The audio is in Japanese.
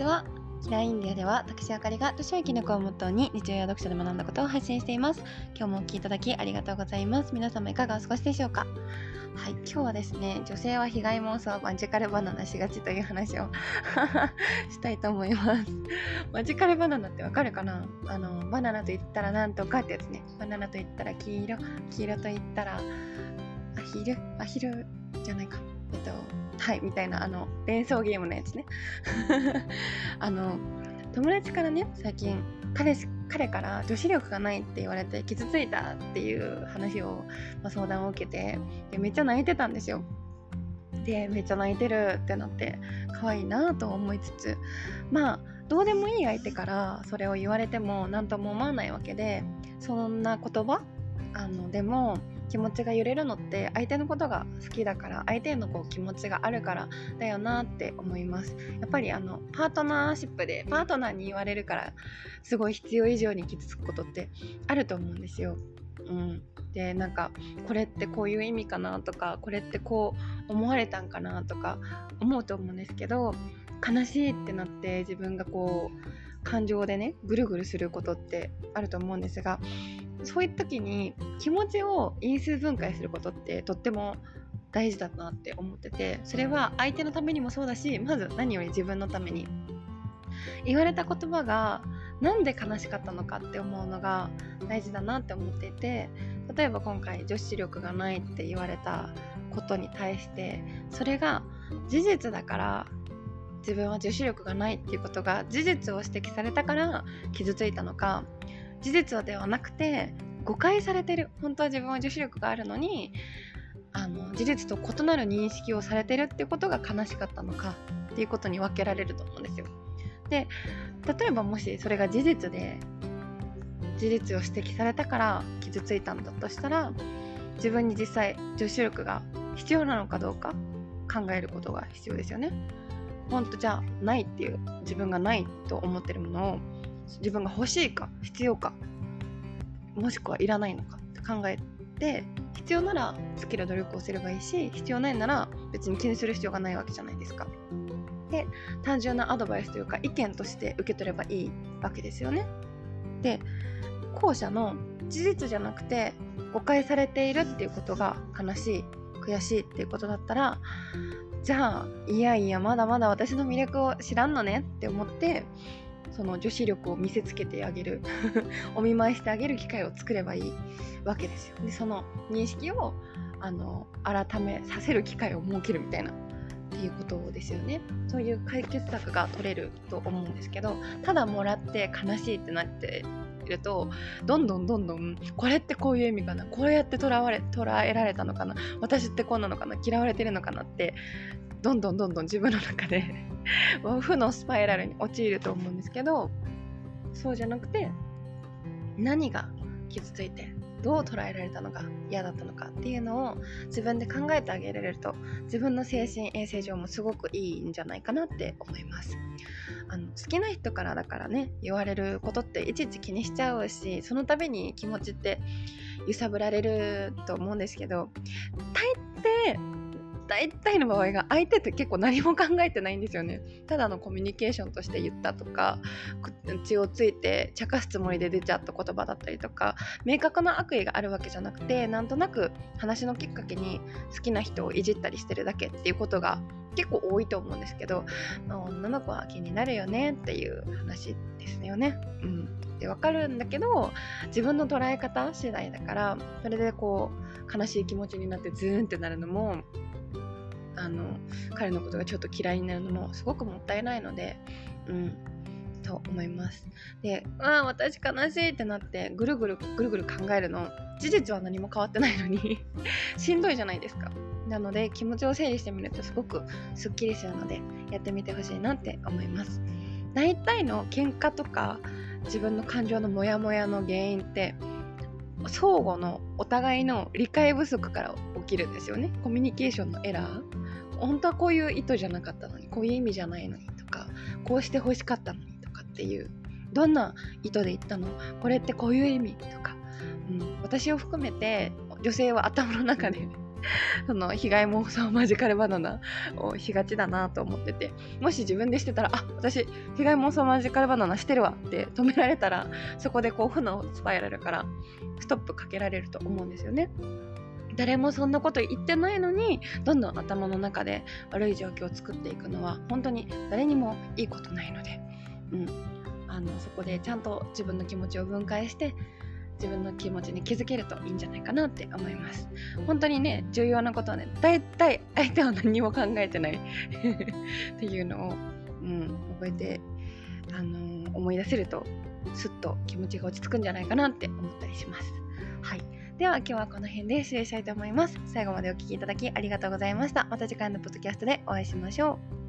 は。キラーインディアでは私あかりが年を生き抜くをモットーに日常や読書で学んだことを発信しています。今日もお聞きいただきありがとうございます。皆様いかがお過ごしでしょうか。はい、今日はですね、女性は被害妄想マジカルバナナしがちという話をしたいと思います。マジカルバナナってわかるかな。バナナと言ったらなんとかってやつね。バナナと言ったら黄色、黄色と言ったらアヒルじゃないか、はいみたいな連想ゲームのやつね。友達からね、最近彼から女子力がないって言われて傷ついたっていう話を、相談を受けて、でめっちゃ泣いてたんですよ。でめっちゃ泣いてるってなって可愛いなと思いつつ、どうでもいい相手からそれを言われても何とも思わないわけで、そんな言葉でも気持ちが揺れるのって相手のことが好きだから、相手への気持ちがあるからだよなって思います。やっぱりパートナーシップでパートナーに言われるからすごい必要以上に傷つくことってあると思うんですよ。でなんかこれってこういう意味かなとか、これってこう思われたんかなとか思うと思うんですけど、悲しいってなって自分が感情でねぐるぐるすることってあると思うんですが、そういう時に気持ちを因数分解することってとっても大事だなって思ってて、それは相手のためにもそうだし、まず何より自分のために、言われた言葉がなんで悲しかったのかって思うのが大事だなって思っていて、例えば今回女子力がないって言われたことに対して、それが事実だから自分は女子力がないっていうことが事実を指摘されたから傷ついたのか、事実ではなくて誤解されてる、本当は自分は女子力があるのに事実と異なる認識をされてるっていうことが悲しかったのかっていうことに分けられると思うんですよ。で例えばもしそれが事実で事実を指摘されたから傷ついたんだとしたら、自分に実際女子力が必要なのかどうか考えることが必要ですよね。本当じゃあないっていう、自分がないと思ってるものを自分が欲しいか必要か、もしくはいらないのかって考えて、必要ならスキル努力をすればいいし、必要ないなら別に気にする必要がないわけじゃないですか。で単純なアドバイスというか意見として受け取ればいいわけですよね。で後者の事実じゃなくて誤解されているっていうことが悲しい悔しいっていうことだったら、じゃあいやまだまだ私の魅力を知らんのねって思って、その女子力を見せつけてあげるお見舞いしてあげる機会を作ればいいわけですよ。でその認識を改めさせる機会を設けるみたいなっていうことですよね。そういう解決策が取れると思うんですけど、ただもらって悲しいってなっていると、どんどんこれってこういう意味かな、こうやって捉えられたのかな、私ってこんなのかな、嫌われてるのかなってどんどん自分の中で負のスパイラルに陥ると思うんですけど、そうじゃなくて何が傷ついてどう捉えられたのが嫌だったのかっていうのを自分で考えてあげられると、自分の精神衛生上もすごくいいんじゃないかなって思います。好きな人からだからね言われることっていちいち気にしちゃうし、その度に気持ちって揺さぶられると思うんですけど、大体の場合が相手って結構何も考えてないんですよね。ただのコミュニケーションとして言ったとか、血をついて茶化すつもりで出ちゃった言葉だったりとか、明確な悪意があるわけじゃなくて、なんとなく話のきっかけに好きな人をいじったりしてるだけっていうことが結構多いと思うんですけど、女の子は気になるよねっていう話ですよね。で分かるんだけど、自分の捉え方次第だから、それで悲しい気持ちになってズーンってなるのも、彼のことがちょっと嫌いになるのもすごくもったいないので、と思います。で、私悲しいってなってぐるぐる考えるの、事実は何も変わってないのにしんどいじゃないですか。なので気持ちを整理してみるとすごくすっきりするので、やってみてほしいなって思います。大体の喧嘩とか自分の感情のモヤモヤの原因って相互のお互いの理解不足から起きるんですよね。コミュニケーションのエラー、本当はこういう意図じゃなかったのに、こういう意味じゃないのにとか、こうして欲しかったのにとかっていう、どんな意図で言ったの、これってこういう意味とか、私を含めて女性は頭の中でその被害妄想マジカルバナナをしがちだなと思ってて、もし自分でしてたら、私被害妄想マジカルバナナしてるわって止められたら、そこでこう負のスパイラルからストップかけられると思うんですよね。誰もそんなこと言ってないのにどんどん頭の中で悪い状況を作っていくのは本当に誰にもいいことないので、そこでちゃんと自分の気持ちを分解して自分の気持ちに気づけるといいんじゃないかなって思います。本当にね、重要なことはね、だいたい相手は何も考えてないっていうのを、覚えて、思い出せるとすっと気持ちが落ち着くんじゃないかなって思ったりします。はい。では今日はこの辺で失礼したいと思います。最後までお聞きいただきありがとうございました。また次回のポッドキャストでお会いしましょう。